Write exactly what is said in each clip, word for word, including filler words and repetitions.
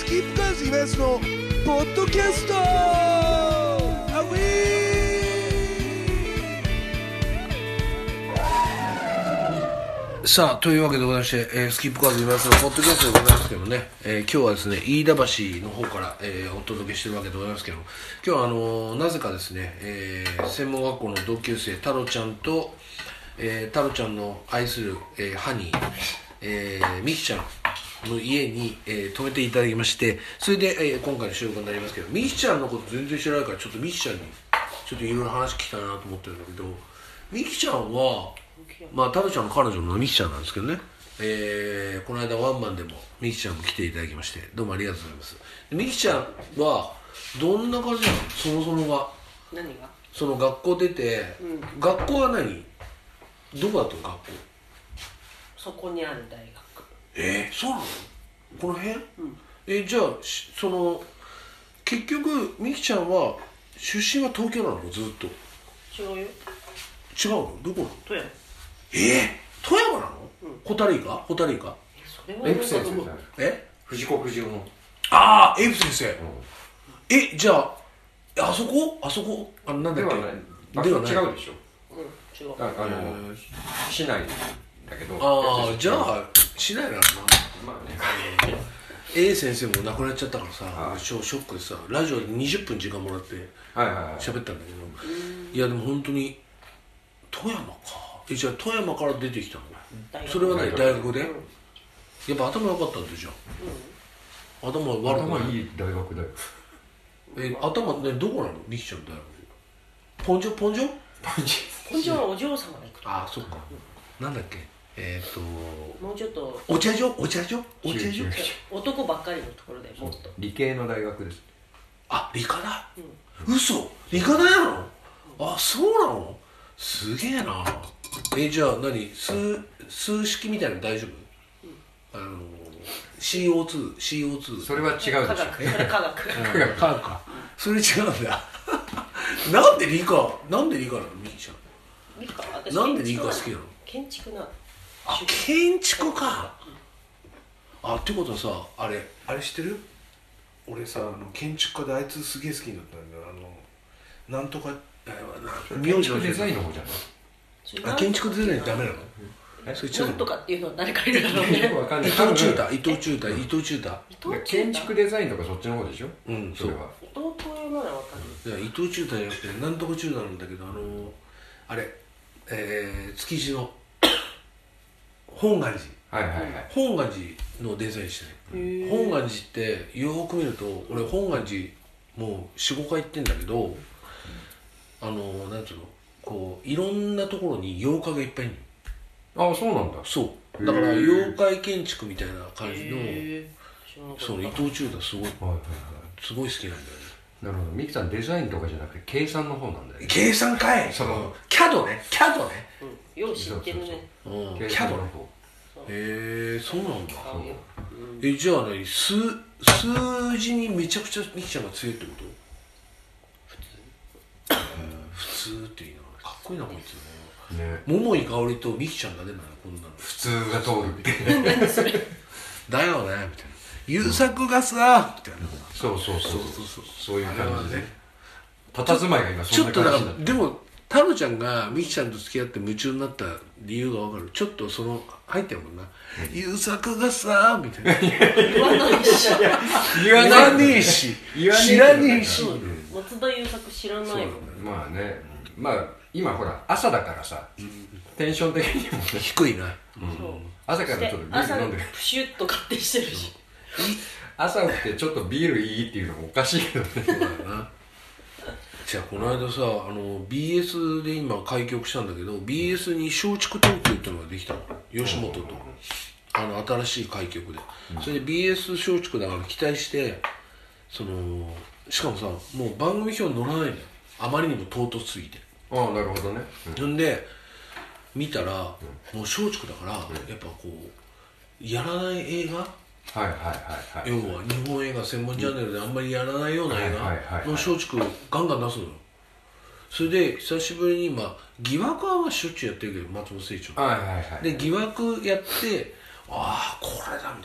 キープカーズイベントのポッドキャストアウィー。さあというわけでございまして、えー、スキップカーズイベントのポッドキャストでございますけどもね、えー、今日はですね飯田橋の方から、えー、お届けしてるわけでございますけども、今日はあのー、なぜかですね、えー、専門学校の同級生太郎ちゃんと、えー、太郎ちゃんの愛する、えー、ハニー、えー、ミキちゃんの家に、えー、泊めていただきまして、それで、えー、今回の収録になりますけど、ミキちゃんのこと全然知らないから、ちょっとミキちゃんにちょっといろいろ話聞きたいなと思ってるんだけど、ミキちゃんはまあ太郎ちゃんの彼女のミキちゃんなんですけどね、えー、この間ワンマンでもミキちゃんも来ていただきまして、どうもありがとうございます。ミキちゃんはどんな感じなの、そもそもが。 何がその学校出て、うん、学校は何、どこだったの学校。 そこにある大学。 えー、そうなの、この辺、うん、えじゃあその結局ミキちゃんは出身は東京なの、ずっと。 違うよ。 違うの、どこなの。 富山。 えー、富山なの、うん、ホタルイカ、ホタルイカ。 それはエプ先生。 え藤子不二雄の。 ああエプ先生、うん、えじゃああそこあそこあなんだっけ。 ではない。場所違うでしょ。うん、 違う。 ああの市内だけど。 ああじゃあ市内なのな。 まあね。 A 先生も亡くなっちゃったからさ、俺超ショックでさ、ラジオでにじゅっぷん時間もらって喋ったんだけど、いやでも本当に富山か。えじゃあ富山から出てきたの。それは何、大学で、うん、やっぱ頭良かったんでじゃん、うん、頭悪くない。 頭いい大学だよ。 え頭ね、どこなのミキちゃんの大学。ポンジョポンジョポンジョポンジョはお嬢様が行く。 ああそっか、うん、なんだっけ、えっ、ー、ともうちょっとお茶所お茶所お茶所男ばっかりのところでもっと理系の大学です。 あ理科だ、うん、嘘理科大なの、うん、あそうなの、すげえな。えじゃあ何、数数式みたいなの大丈夫、うん、あの シーオーツー シーオーツーそれは違うでしょ。 科学、それ科学科学科学か、それ違うんだなんで理科、なんで理科なのミキちゃん。 理科、私なんで理科好きなの。 建築なの。 あ建築か、うん、あってことはさ、あれあれ知ってる、俺さあの建築家であいつすげえ好きになったんだよ、あのなんとか建築デザインの方じゃない。 あ建築デザインダメなの、 えそれなんとかっていうのは誰かいるだろうね。 伊藤忠太、伊藤忠太、伊藤忠太。 建築デザインとかそっちの方でしょ。 うん、 それは。 伊藤忠太ならわかる。 いや伊藤忠太じゃなくてなんとか忠太なんだけど、あのあれ、えー、築地の本願寺、 はいはいはい、 本願寺のデザインしてる。本願寺ってよく見ると、俺本願寺もう よん,ご 回行ってんだけど、あのなんつうの、こういろんなところに妖怪がいっぱいいるの。ああそうなんだ。 そうだから妖怪建築みたいな感じの、その伊藤忠太すごい、はいはいはい、すごい好きなんだよね。 なるほど。ミキさんデザインとかじゃなくて計算の方なんだよね。 計算かい。そのキャドね、キャドね、 うん、よう知ってるね。 そうそうそう、うん、キャドの方。へえー、そうなんだ。うん、えじゃあ何、数数字にめちゃくちゃミキちゃんが強いってこと。普通普通っていいな、かっこいいなこいつね。ね、桃井かおりとミキちゃんだね、こんなの普通が通るって何それだよねみたいな、優作がさみたいな、 そうそうそうそうそう、そういう感じで、 ね、 佇まいが今そんな感じだ。ちょっとだからでも太郎ちゃんがミキちゃんと付き合って夢中になった理由が分かる。ちょっとその入ってるもんな、うん、優作がさみたいな言わないし言わねえし知らねえし、 松田優作知らないもん。 まあね、まあ今ほら朝だからさ、うん、テンション的にも、ね、 低いな、うん、 朝からちょっとビール飲んでる、 プシュッと勝手してるし、 朝起きてちょっとビールいいっていうのもおかしいけどね。そうだよな。 じゃあこの間さ、あの ビーエス で今開局したんだけど、 ビーエス に松竹東京っていうのができたの、吉本と、あの新しい開局で、うん、それで ビーエス 松竹だから期待して、そのしかもさもう番組表に載らないんだよ、あまりにも唐突すぎて。 ああなるほどね。 うん、んで見たら、うん、もう松竹だから、うん、やっぱこうやらない映画、 はいはいはいはい、 要は日本映画専門チャンネルであんまりやらないような映画の松竹ガンガン出すのよ。それで久しぶりに今疑惑はまあしょっちゅうやってるけど、松本清張、 はいはいはい、 で疑惑やって、ああこれだみたいな、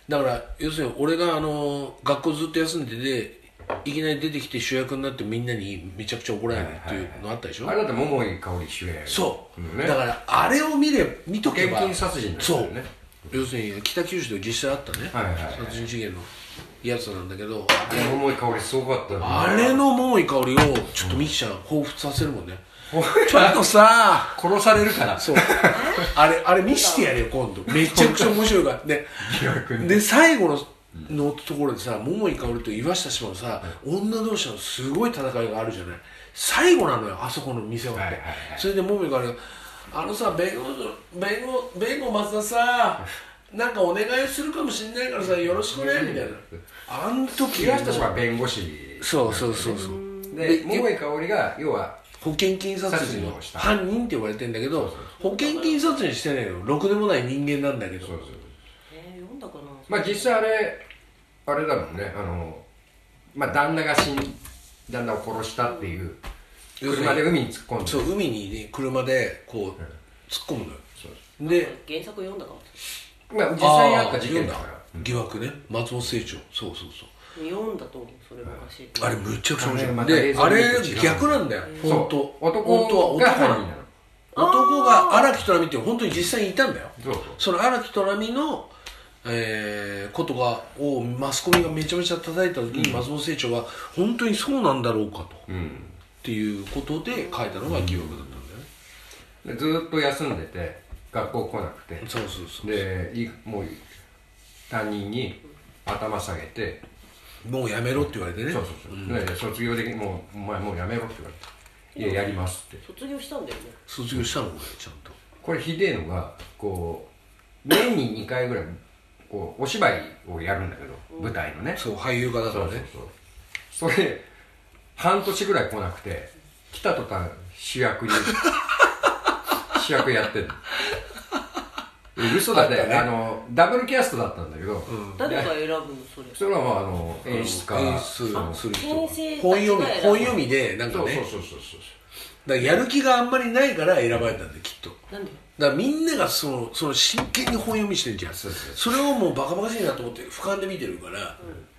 だから要するに俺があの学校ずっと休んでていきなり出てきて主役になってみんなにめちゃくちゃ怒られるっていうのあったでしょ、 あれだって桃井かおり主演そう、 うんね、 だからあれを見れ見とけば現金殺人だよね。 そう要するに北九州で実際あったね、 はいはいはい、 殺人事件のやつなんだけど、 桃井かおりすごかったよね。 あれの桃井かおりをちょっとミキちゃん彷彿させるもんね、うん、ちょっとさ殺されるからそうあれあれ見してやれよ今度めちゃくちゃ面白いからでで最後ののところでさ桃井かおりと岩下志麻のさ、うん、女同士のすごい戦いがあるじゃない、最後なのよあそこの店はって、はいはいはい、それで桃井かおりがあのさ弁護弁護弁護松田さなんかお願いするかもしれないからさよろしくねみたいな、あん時岩下志麻弁護士、ね、 そうそうそうそうで桃井かおりが要は保険金殺人の犯人って言われてんだけど、保険金殺人してないのろくでもない人間なんだけど、そうそうえー、読んだかな。 まあ実際あれあれだもんね、あのまあ旦那が死ん旦那を殺したっていう、うん、車で海に突っ込んで、 そう海に、ね、車でこう、うん、突っ込むのよ。そうで原作読んだかも。 まあ実際にあった事件だから、 うん、疑惑ね、松本清張、そうそうそう読んだと思う、それ昔。 あれむっちゃくちゃ面白い。 ま、 で、あれ逆なんだよ。本当。 男が犯人なの。 男が荒木虎美って本当に実際にいたんだよ。そうそう。その荒木虎美の、えー、ことがをマスコミがめちゃめちゃ叩いた時に、うん、松本清張が本当にそうなんだろうかと、うん、っていうことで書いたのが疑惑だったんだよね。 でずーっと休んでて学校来なくて。 そうそうそう。 でいもう担任に頭下げて。 もうやめろって言われてね。 そうそうそう、うん、で卒業できもうお前もうやめろって言われて、いややりますって。 卒業したんだよね。 卒業したのこれちゃんと。 これひでえのがこう年ににかいぐらいこうお芝居をやるんだけど、うん、舞台のね。 そう俳優家だからね。 そうそうそう。それ半年ぐらい来なくて来た途端主役に主役やってる。嘘だね、あのダブルキャストだったんだけど、 うん、誰が選ぶのそれ？ それはまああの演出家、 演出する人、本読み本読みでなんかね、 そうそうそうそう、 だからやる気があんまりないから選ばれたんだよきっと。 なんで？ だからみんながそのその真剣に本読みしてるじゃん。そうそうそう、それをもうバカバカしいなと思って俯瞰で見てるから、うん、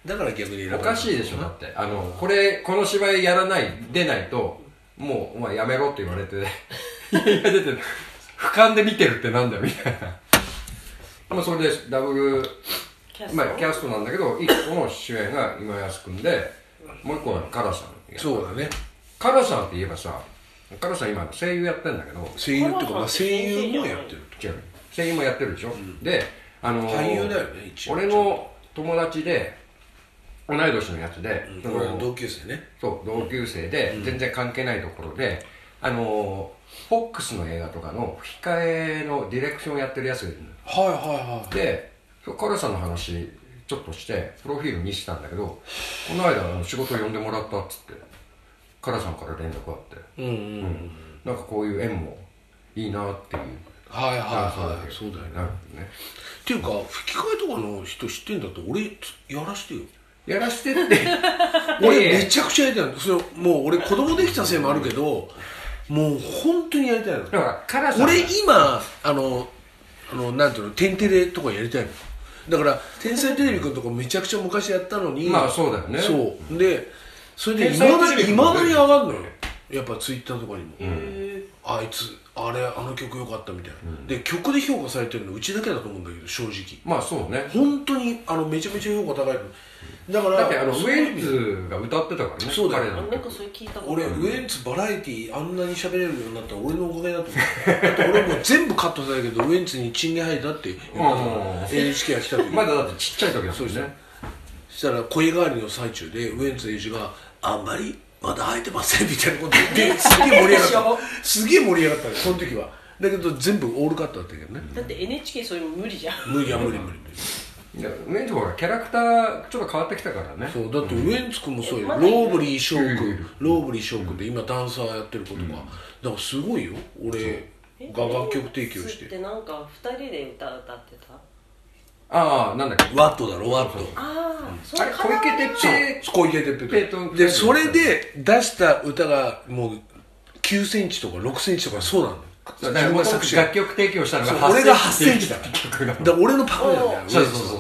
だから逆に選ばれた。 おかしいでしょだってあのこれこの芝居やらない出ないともうお前やめろって言われていやいや出て俯瞰で見てるってなんだよみたいな。まあそれでダブルキャスト、まあ、キャストなんだけどいっこの主演が今安くんで、もういっこはカラさん。 そうだね。 カラさんって言えばさ、カラさん今声優やってんだけど、 声優っていうか、まあ、声優もやってる。 違う、声優もやってるでしょ、うん、で、あのー、 俳優だよね一応。 俺の友達で同い年のやつで、 うん、俺の同級生ね。 そう同級生で、うん、全然関係ないところで、あのー、フォックスの映画とかの吹き替えのディレクションをやってるやつがいるのよ。 はいはいはい。 で、カラさんの話ちょっとしてプロフィール見せたんだけど、この間あの仕事呼んでもらったっつってカラさんから連絡あって、うんうんうん、うん、なんかこういう縁もいいなっていう。 はいはいはい、そうだよね。なるほどね。っていうか吹き替えとかの人知ってんだって俺やらしてよ。 やらしてって俺めちゃくちゃやりたいの。それもう俺子供できたせいもあるけど、もう本当にやりたいの。だからカラさん俺今あのあのなんていうのテンテレとかやりたいの。だから天才テレビくんとかめちゃくちゃ昔やったのに、 まあそうだよね。 そうでそれでいまだにいまだに上がるのよ。やっぱツイッターとかにも、うん、あいつあれあの曲良かったみたいな、うん、で曲で評価されてるのうちだけだと思うんだけど正直。 まあそうね。 本当にあのめちゃめちゃ評価高いの。だからだってあのウエンツが歌ってたからね。 そうだよ。 なんかそれ聞いたこと俺ウエンツバラエティーあんなに喋れるようになったら俺のおかげだと思う。だって俺もう全部カットされたけどウエンツにチンゲ吐いたって言ったから エヌエイチケー が来た時まだだってちっちゃい時だったんですね。 そしたら声変わりの最中でウエンツ選手があんまりまだ生えてませんみたいなこと言ってすげえ盛り上がったすげえ盛り上がったねその時は。だけど全部オールカットだったけどね。 だって エヌエイチケー そういうの無理じゃん。 無理や無理無理無理。 いやウエンツほらキャラクターちょっと変わってきたからね。 そうだってウエンツ君もそうよ、うん、ローブリー翔くんローブリー翔くんで今ダンサーやってることが、うん、だからすごいよ俺が楽曲提供して。 ってなんかふたりで歌歌ってた。 ああなんだっけワットだろワット。 ああそれ小池徹平小池徹平とでそれで出した歌がもうきゅうセンチとかろくセンチとかそうなの。 だから楽曲提供したのが俺がはちセンチだからだから俺のパクリなんだよ。 そうそうそうそう、 うん、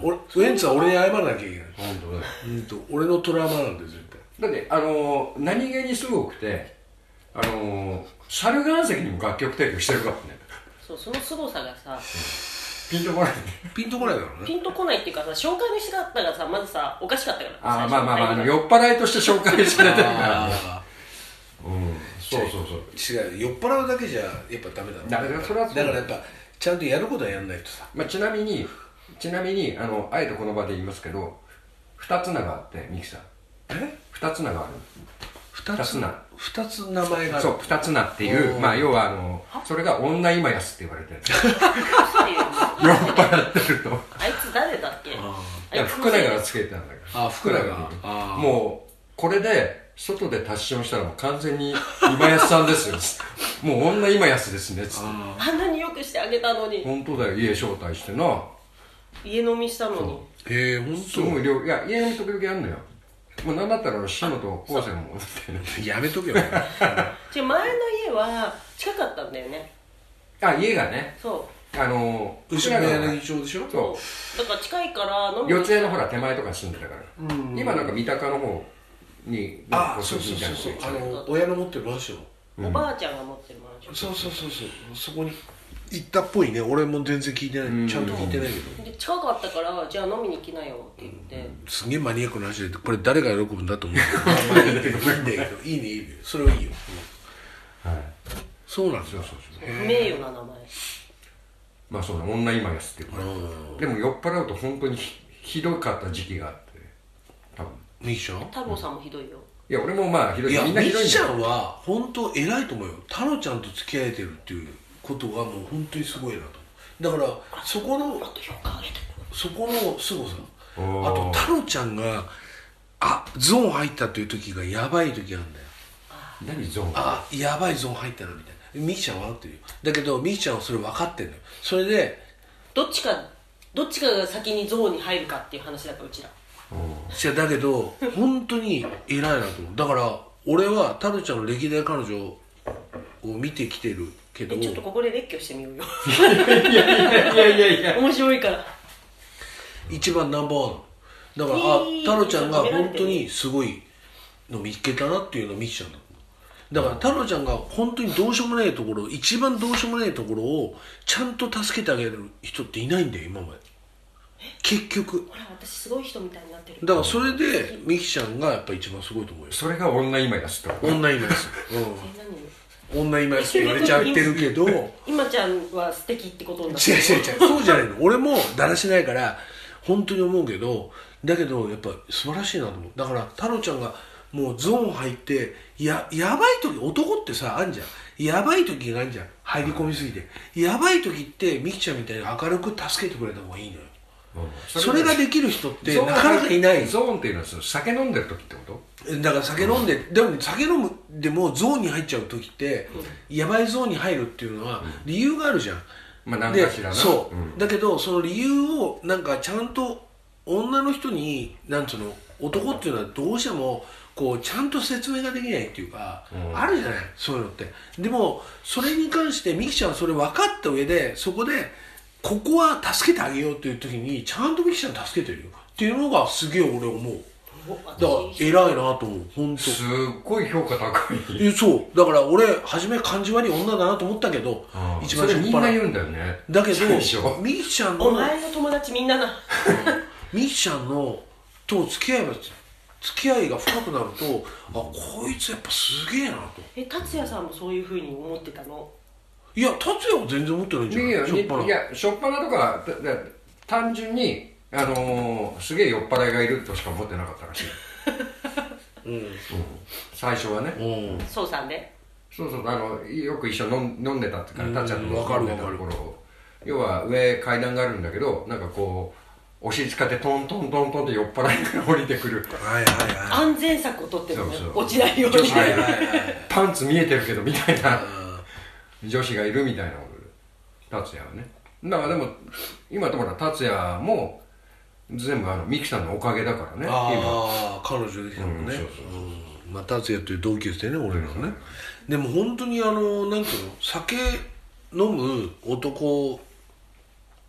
俺ウエンツは俺に謝らなきゃいけない。 本当だよ。 うんと俺のトラウマなんで絶対。 だってあのー、何気にすごくて、あのー、猿岩石にも楽曲提供してるからね。 そう、その凄さがさ、 ピンとこない。 ピンとこないからね。 ピンとこないっていうかさ、紹介の仕方がさ、まずさ、おかしかったから。 ああ、まあまあまあ、あの酔っ払いとして紹介されてるからね。 あうん、そうそうそう。 ー違う、酔っ払うだけじゃやっぱダメだろ。 だからそれはそうだからやっぱちゃんとやることはやんないとさ。 まあ、ちなみに、ちなみに、あの、あえてこの場で言いますけど、二つ名があって、ミキさん。 え二つ名がある。 二つ二つ名。 二つ名前がある。 そう、二つ名っていう、まあ、要はあの、それが女今安って言われてる。酔っ払ってると。 あいつ誰だっけ？ いや、福永がつけてたんだけど。 あ、福永にあもう、これで、外でタッションしたらもう完全に今安さんですよ。もう女今安ですね、つって。 ああんなによくしてあげたのに、 本当だよ、家招待してな。 家飲みしたのに。 へえ、ほんすごい量、いや、家飲み時々やんのよ。もうなんだったら、シノと高専も、 とやめとけよ。 違う、前の家は近かったんだよね。 あ、家がね、 そあのー、 後ろの柳町でしょ。 う。 そだから近いから飲う、 みに四谷のほら手前とかに住んでたから。 うん今なんか三鷹の方に、 あ、 こそうそうみたいそうそう。 な人いてあの親の持ってるマンション。 おばあちゃんが持ってるマンション。 そうそうそうそう。そこに行ったっぽいね。俺も全然聞いてない。 うんちゃんと聞いてないけど。 で近かったからじゃあ飲みに来なよって言って、 すげえマニアックな話で、これ誰が喜ぶんだと思うけど。まあまあいいんだけど、いいんだけど、いいね、いいね。それはいいよ。 はい。 そうなんですよ。 不名誉な名前。 まあそうだ、女今安っていうから。でも酔っ払うと本当にひひどかった時期があって、多分。 ミッション太郎さんもひどいよ。 いや、俺もまあひどい。 いや、 みんなミッシひどいんだよ。 ョンは本当偉いと思うよ。タロちゃんと付き合えてるっていうことがもう本当にすごいなと。だからそこのあと評価上げてそこの凄さ。あおーとタロちゃんがあゾーン入ったっていう時がやばい時あるんだよ。 何ゾーン？ あやばいゾーン入ったなみたいな。ミッションは分かってるよ。だけどミッションはそれ分かってんのよ。それでどっちかどっちかが先にゾーンに入るかっていう話だからうちら。 じゃだけど本当に偉いなと思う。だから俺はタロちゃんの歴代彼女を見てきてるけど、 えちょっとここで列挙してみようよ。 いやいやいやいやいや。 面白いから。 一番ナンバーワンだから、 いいあタロちゃんが本当にすごいの見つけたなっていうのをミッションだだからタロちゃんが本当にどうしようもないところ一番どうしようもないところをちゃんと助けてあげる人っていないんだよ今まで結局ほら私すごい人みたいになってる。 だからそれでミキちゃんがやっぱ一番すごいと思うよ。 それが女今安ってこと。 女今ですえうん女今ですって言われちゃってるけど違う違う違う何今ちゃんは素敵ってことになってそうじゃないの俺もだらしないから本当に思うけどだけどやっぱ素晴らしいなと思う。だからタロちゃんがもうゾーン入ってややばい時男ってさあんじゃんやばい時があんじゃん入り込みすぎてやばい時ってミキちゃんみたいに明るく助けてくれた方がいいのよ。 うんそれができる人ってゾーンなかなかいない。 ゾーンっていうのはその酒飲んでる時ってこと？ だから酒飲んで、でも酒飲むでもゾーンに入っちゃう時って、やばいゾーンに入るっていうのは理由があるじゃん。 まあ何でかしらな。 そう、 うんだけどその理由をなんかちゃんと女の人になんつうの男っていうのはどうしてもこうちゃんと説明ができないっていうか、 うんあるじゃないそういうのって。でもそれに関してミキちゃんはそれ分かった上でそこでここは助けてあげようっていう時にちゃんとミキちゃん助けてるよっていうのがすげえ俺思う。 おだから偉いなと思う本当。 すっごい評価高い。 えそうだから俺初め感じ悪い女だなと思ったけどああ一番それみんな初っ言うんだよね。 だけど最初ミキちゃんのお前の友達みんなな。 ミキちゃんのと付き合いが付き合いが深くなるとあこいつやっぱすげえなと。 え達也さんもそういうふうに思ってたの？ いや達也は全然思ってないんじゃないいやしょっぱないや初っ端とかだだ単純にあのー、すげえ酔っ払いがいるとしか思ってなかったらしい。 うんうん、最初はね。 うんそうさんで。 そうそうあのよく一緒に飲ん飲んでたっていうかうんたっちゃんとわかる飲んでた頃要は上階段があるんだけどなんかこう押し使ってトントントントンって酔っ払いから降りてくるはいはいは安全策を取ってるのねそうそう落ちないように。 いはいはいはいパンツ見えてるけどみたいなあ女子がいるみたいなことで達也はねだからでも今とほら達也も全部あのミキさんのおかげだからね今あー彼女できたもんね、 うんそうそううんまあ達也という同級生ね俺らのね、でも本当にあのなんていうの酒飲む男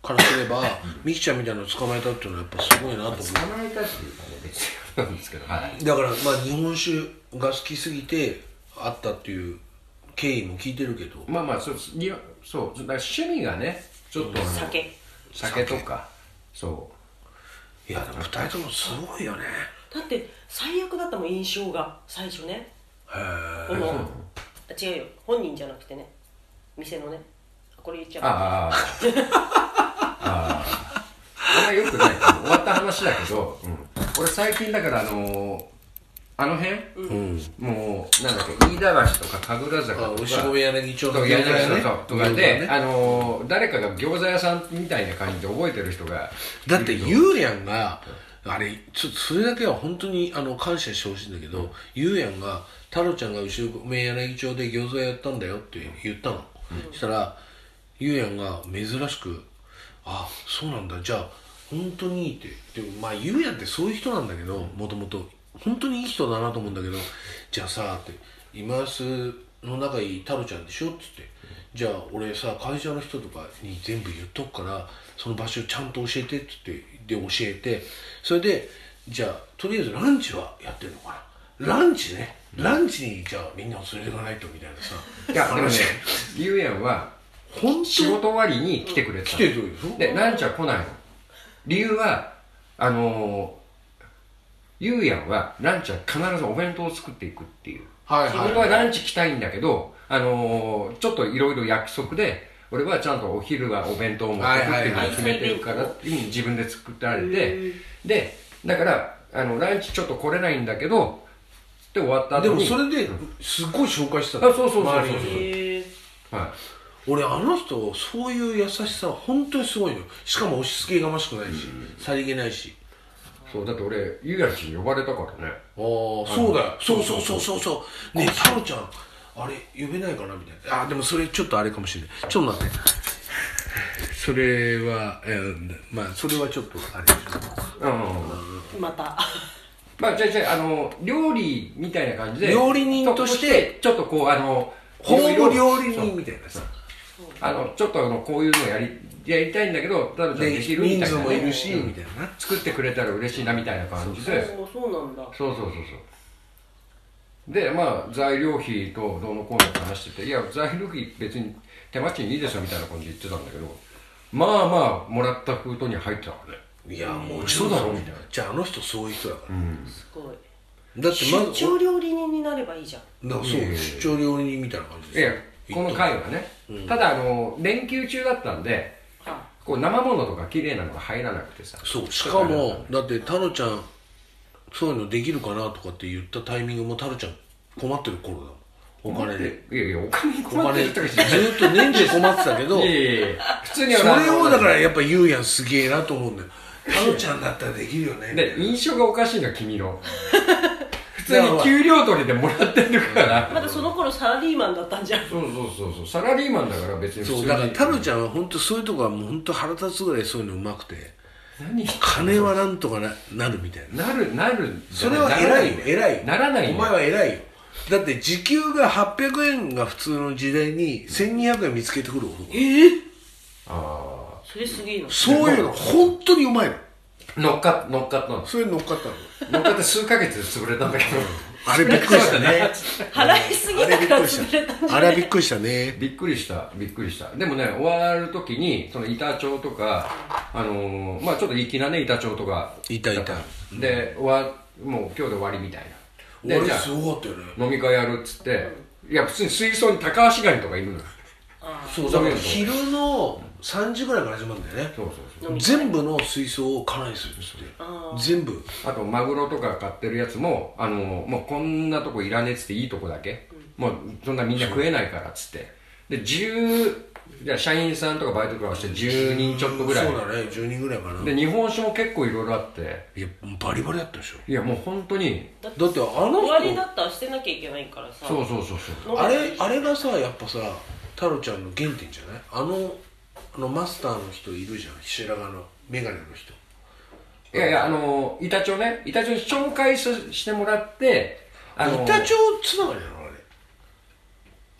からすればミキちゃんみたいなのを捕まえたっていうのはやっぱすごいなと思う。 捕まえたっていうかね別になんですけど、はい、 だからまあ日本酒が好きすぎてあったっていう経緯も聞いてるけど、 まあまあそうにそうだから趣味がねちょっと、うん、 酒酒とかそういやでもふたりともすごいよね。 だって最悪だったもん印象が最初ね。 へえ。 この違うよ本人じゃなくてね店のねこれ言っちゃう。 あああああんまよくない終わった話だけど、うん、俺最近だからあのー、あの辺、うん、もうなんだっけ飯田橋とか神楽坂とか牛込柳町とか柳町とかで、ね、あのー、誰かが餃子屋さんみたいな感じで覚えてる人がだってゆうやんがあれちょっとそれだけは本当にあの感謝してほしいんだけど、うん、ゆうやんが太郎ちゃんが牛込柳町で餃子屋やったんだよって言ったの、うん、そしたらゆうやんが珍しくあそうなんだじゃあ本当にいいってでもまあゆうやんってそういう人なんだけどもともと本当にいい人だなと思うんだけどじゃあさって今安の仲いい太郎ちゃんでしょっつってじゃあ俺さ会社の人とかに全部言っとくからその場所ちゃんと教えてっつってで教えてそれでじゃあとりあえずランチはやってるのかなランチねランチにじゃあみんなを連れていかないとみたいなさいやでもねゆうやんは本仕事終わりに来てくれた来てるででランチは来ないの理由はあのー、ゆうやんはランチは必ずお弁当を作っていくっていうはいはい、はい、俺はランチ来たいんだけどあのー、ちょっといろいろ約束で俺はちゃんとお昼はお弁当を持ってくっていうのを決めてるからっていうふうに自分で作ってあれてでだからあのランチちょっと来れないんだけどで終わった後にでもそれですごい紹介してたの、うん、あそうそうそうそうそう、 はい、俺あの人そういう優しさは本当にすごいのよ。しかも押し付けがましくないし、うん、さりげないしそうだって俺ゆうやんちに呼ばれたからねああそうだよそうそうそうそうそうねえ太郎ちゃんあれ呼べないかなみたいなあでもそれちょっとあれかもしれないちょっと待ってそれは、えー、まあそれはちょっとあれでしょうんまたまあじゃあじゃああの料理みたいな感じで料理人としてちょっとこうあのホーム料理人みたいなさあのちょっとあのこういうのやりやりたいんだけどただちゃんできるみたいな、ね、 人数もいるし、うん、みたいな作ってくれたら嬉しいなみたいな感じでそうそうなんだそうそうそうそうでまあ材料費とどうのこうのって話してていや材料費別に手間賃いいですよみたいな感じで言ってたんだけどまあまあもらった封筒に入ってたからねいやもう嘘だろみたいなじゃああの人そういう人だから、うん、 すごいだってまず出張料理人になればいいじゃんだからそう出張料理人みたいな感じですいやこの回はね、うん、ただあの連休中だったんでこう生ものとか綺麗なのが入らなくてさそうしかもだってタロちゃんそういうのできるかなとかって言ったタイミングもタロちゃん困ってる頃だもんお金でいやいやお金に困ってる時ずっと年中困ってたけどいやいやいや普通にはそれをだからやっぱ言うやんすげえなと思うんだよタロちゃんだったらできるよねで印象がおかしいの君の普通に給料取りでもらってるからまだその頃サラリーマンだったんじゃんそうそうそうそうサラリーマンだから別に普通にそうだからタロちゃんは本当そういうとこはもう本当腹立つぐらいそういうのうまくて何金はなんとか な, なるみたいななるなるそれは偉いよ偉いよならないよお前は偉いよだって時給がはっぴゃくえんが普通の時代にせんにひゃくえん見つけてくる男えー、 ああそれすげえなそういうの本当にうまいの乗っか乗っかったのそれ乗っかったの乗っかって数ヶ月で潰れたんだけどあれびっくりしたね払いすぎたから潰れたんじゃないあれはびっくりしたねびっくりしたびっくりしたでもね終わる時にその板長とかあのー、まあちょっと粋なね板長とかいたいたで終わもう今日で終わりみたいな終わりすごかったよね飲み会やるっつって、うん、いや普通に水槽にタカアシガニとかいるのよそうだから昼のさんじぐらいから始まるんだよねそうそうそう全部の水槽を空にするんですって全部あとマグロとか買ってるやつもあのもうこんなとこいらねえっつっていいとこだけ、うん、もうそんなみんな食えないからっつってでじゅうじゃあ社員さんとかバイトとかしてじゅうにんちょっとぐらいそうだねじゅうにんぐらいかなで日本酒も結構いろいろあっていやバリバリだったでしょいやもう本当にだってあの人終わりだったら捨てなきゃいけないからさそうそうそうそうあれあれがさやっぱさタロちゃんの原点じゃないあのあのマスターの人いるじゃん白髪のメガネの人いやいやあの板長ね板長に紹介してもらってあの板長つながりなのあれ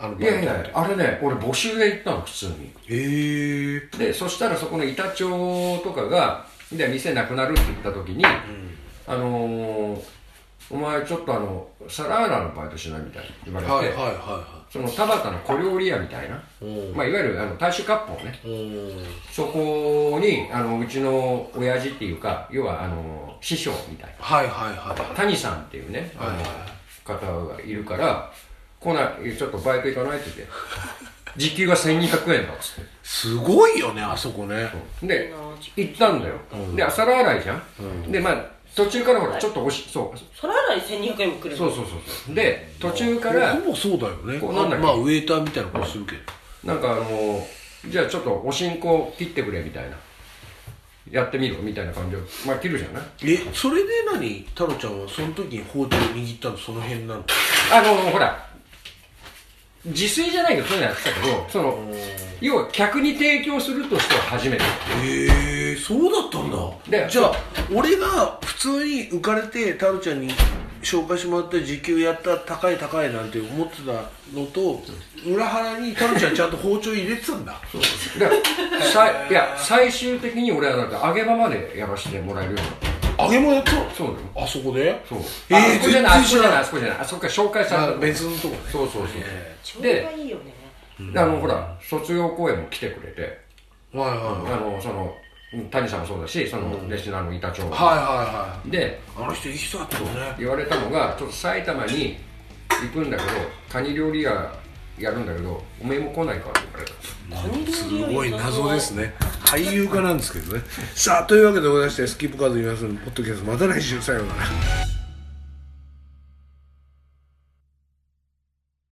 あのいやいやあれね俺募集で行ったの普通に。 へえ。 でそしたらそこの板長とかがで店なくなるって言った時に、うん、あのー、お前ちょっとあの皿洗いのバイトしないみたいな言われて、はいはいはいはい、その田端の小料理屋みたいな、まあ、いわゆるあの大衆割烹ね、そこにあのうちの親父っていうか要はあの師匠みたいな、はいはいはい、谷さんっていうね、はいはい、あの方がいるから来ないちょっとバイト行かないって言って時給がせんにひゃくえんだっつって。 すごいよねあそこね。 で行ったんだよ、うん、で皿洗いじゃん、うん、でまあ途中からほらちょっとおしそう皿洗いせんにひゃくえんもくれる。 そうそうそうそうで途中からほぼそうだよね。 こうなんだっけ、 まあウェイターみたいなことするけどなんかあのじゃあちょっとおしんこ切ってくれみたいなやってみろみたいな感じでまあ切るじゃない。 えそれで何太郎ちゃんはその時に包丁握ったのその辺なの。 あのほら自炊じゃないけどそういうのやってたけどその要は客に提供するとしては初めて。 へえそうだったんだ。でじゃあ俺が普通に浮かれて太郎ちゃんに紹介してもらって時給やった高い高いなんて思ってたのと裏腹に太郎ちゃんちゃんと包丁入れてたんだ。 そうだからさいや最終的に俺はなんか揚げ場までやらせてもらえるようになった。 揚げ物やったの。 そうだよ。 あそこで。 そう。えー、あそこじゃないあそこじゃないあそこじゃないあそこから紹介された別のとこね。 そうそうそう。 ちょうどいいよね。 であのほら卒業公演も来てくれて、 はいはいはい。 あのその谷さんもそうだしそのレシナーの板長が、 はいはいはい。 であの人いい人だったね。 言われたのがちょっと埼玉に行くんだけどカニ料理屋やるんだけどおめえも来ないかって言われた。 すごい謎ですね。俳優家なんですけどね。さあというわけでございましてスキップカード皆さんのポッドキャストまた来週さようなら。